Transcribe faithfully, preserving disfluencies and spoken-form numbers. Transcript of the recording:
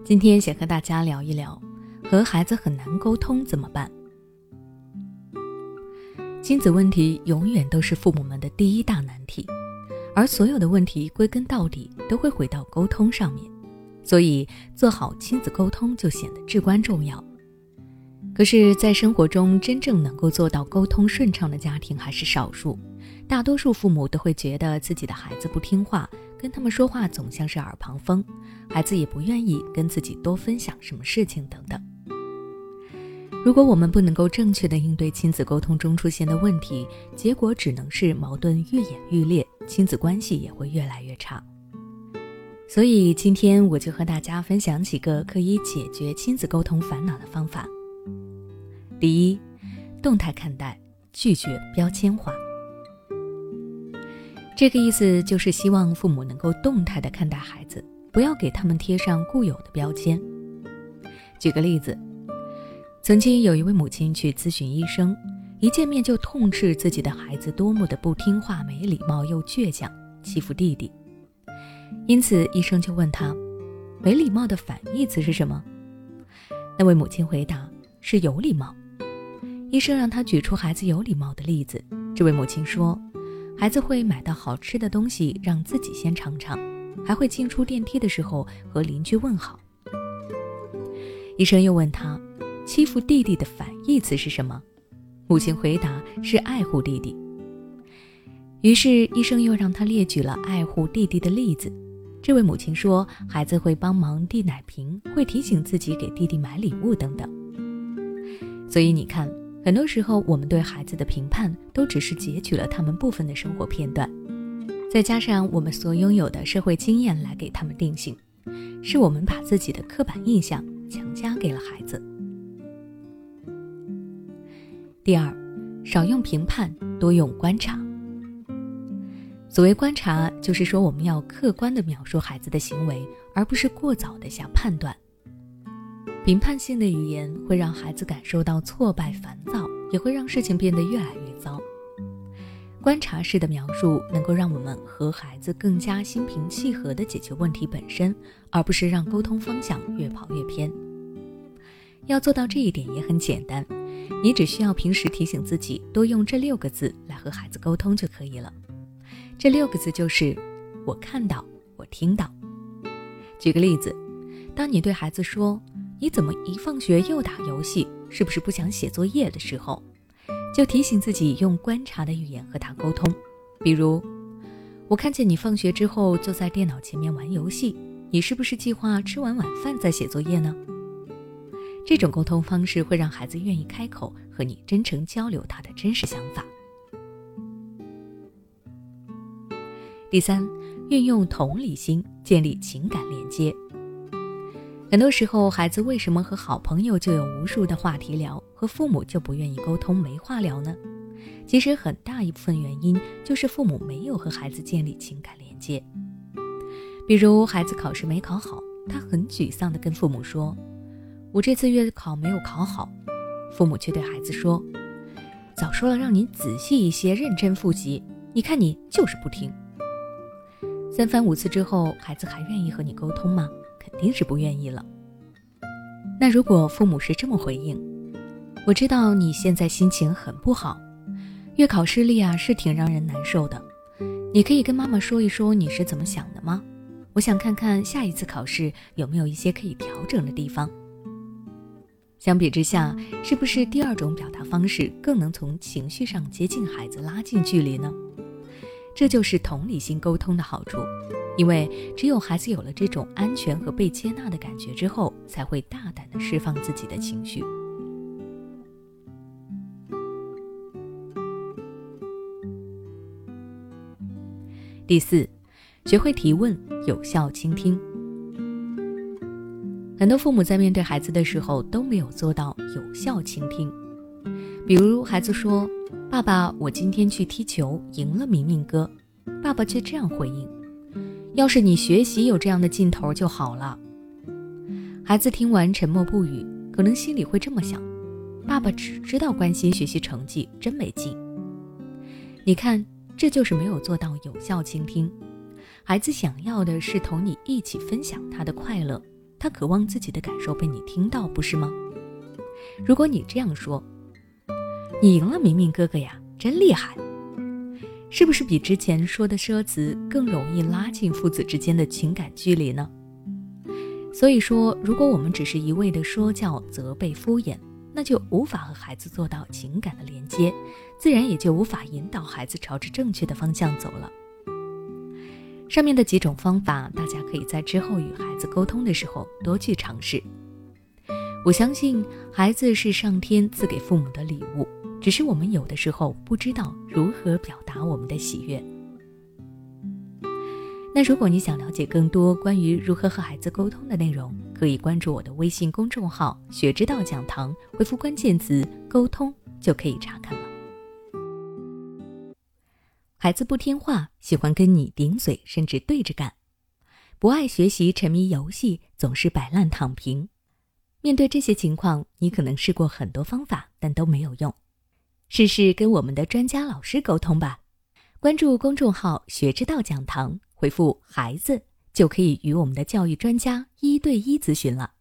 今天想和大家聊一聊，和孩子很难沟通怎么办？亲子问题永远都是父母们的第一大难题，而所有的问题归根到底都会回到沟通上面，所以做好亲子沟通就显得至关重要。可是在生活中真正能够做到沟通顺畅的家庭还是少数，大多数父母都会觉得自己的孩子不听话，跟他们说话总像是耳旁风，孩子也不愿意跟自己多分享什么事情等等。如果我们不能够正确地应对亲子沟通中出现的问题，结果只能是矛盾愈演愈烈，亲子关系也会越来越差。所以今天我就和大家分享几个可以解决亲子沟通烦恼的方法。第一，动态看待，拒绝标签化。这个意思就是希望父母能够动态地看待孩子，不要给他们贴上固有的标签。举个例子，曾经有一位母亲去咨询医生，一见面就痛斥自己的孩子多么的不听话、没礼貌又倔强，欺负弟弟。因此医生就问他，没礼貌的反义词是什么？那位母亲回答，是有礼貌。医生让他举出孩子有礼貌的例子，这位母亲说，孩子会买到好吃的东西让自己先尝尝，还会进出电梯的时候和邻居问好。医生又问他，欺负弟弟的反义词是什么？母亲回答，是爱护弟弟。于是医生又让他列举了爱护弟弟的例子。这位母亲说，孩子会帮忙递奶瓶，会提醒自己给弟弟买礼物等等。所以你看，很多时候我们对孩子的评判都只是截取了他们部分的生活片段，再加上我们所拥有的社会经验来给他们定性，是我们把自己的刻板印象强加给了孩子。第二，少用评判，多用观察。所谓观察，就是说我们要客观地描述孩子的行为，而不是过早地下判断。评判性的语言会让孩子感受到挫败、烦躁，也会让事情变得越来越糟。观察式的描述能够让我们和孩子更加心平气和地解决问题本身，而不是让沟通方向越跑越偏。要做到这一点也很简单，你只需要平时提醒自己多用这六个字来和孩子沟通就可以了。这六个字就是我看到，我听到。举个例子，当你对孩子说，你怎么一放学又打游戏，是不是不想写作业的时候，就提醒自己用观察的语言和他沟通。比如，我看见你放学之后就在电脑前面玩游戏，你是不是计划吃完晚饭再写作业呢？这种沟通方式会让孩子愿意开口和你真诚交流他的真实想法。第三，运用同理心，建立情感连接。很多时候，孩子为什么和好朋友就有无数的话题聊，和父母就不愿意沟通没话聊呢？其实很大一部分原因就是父母没有和孩子建立情感连接。比如孩子考试没考好，他很沮丧地跟父母说，我这次月考没有考好。父母却对孩子说，早说了让你仔细一些，认真复习，你看你就是不听。三番五次之后，孩子还愿意和你沟通吗？肯定是不愿意了。那如果父母是这么回应，我知道你现在心情很不好，月考失利啊是挺让人难受的，你可以跟妈妈说一说你是怎么想的吗？我想看看下一次考试有没有一些可以调整的地方。相比之下，是不是第二种表达方式更能从情绪上接近孩子，拉近距离呢？这就是同理心沟通的好处，因为只有孩子有了这种安全和被接纳的感觉之后，才会大胆地释放自己的情绪。第四，学会提问，有效倾听。很多父母在面对孩子的时候都没有做到有效倾听。比如孩子说，爸爸，我今天去踢球赢了明明哥，爸爸却这样回应，要是你学习有这样的劲头就好了。孩子听完沉默不语，可能心里会这么想，爸爸只知道关心学习成绩，真没劲。你看，这就是没有做到有效倾听。孩子想要的是同你一起分享他的快乐， 他渴望自己的感受被你听到，不是吗？如果你这样说，你赢了明明哥哥呀，真厉害，是不是比之前说的说辞更容易拉近父子之间的情感距离呢？所以说，如果我们只是一味的说教、责备、敷衍，那就无法和孩子做到情感的连接，自然也就无法引导孩子朝着正确的方向走了。上面的几种方法，大家可以在之后与孩子沟通的时候多去尝试。我相信孩子是上天赐给父母的礼物，只是我们有的时候不知道如何表达我们的喜悦。那如果你想了解更多关于如何和孩子沟通的内容，可以关注我的微信公众号学之道讲堂，回复关键词沟通就可以查看了。孩子不听话，喜欢跟你顶嘴，甚至对着干，不爱学习，沉迷游戏，总是摆烂躺平。面对这些情况，你可能试过很多方法，但都没有用。试试跟我们的专家老师沟通吧。关注公众号学之道讲堂，回复孩子就可以与我们的教育专家一对一咨询了。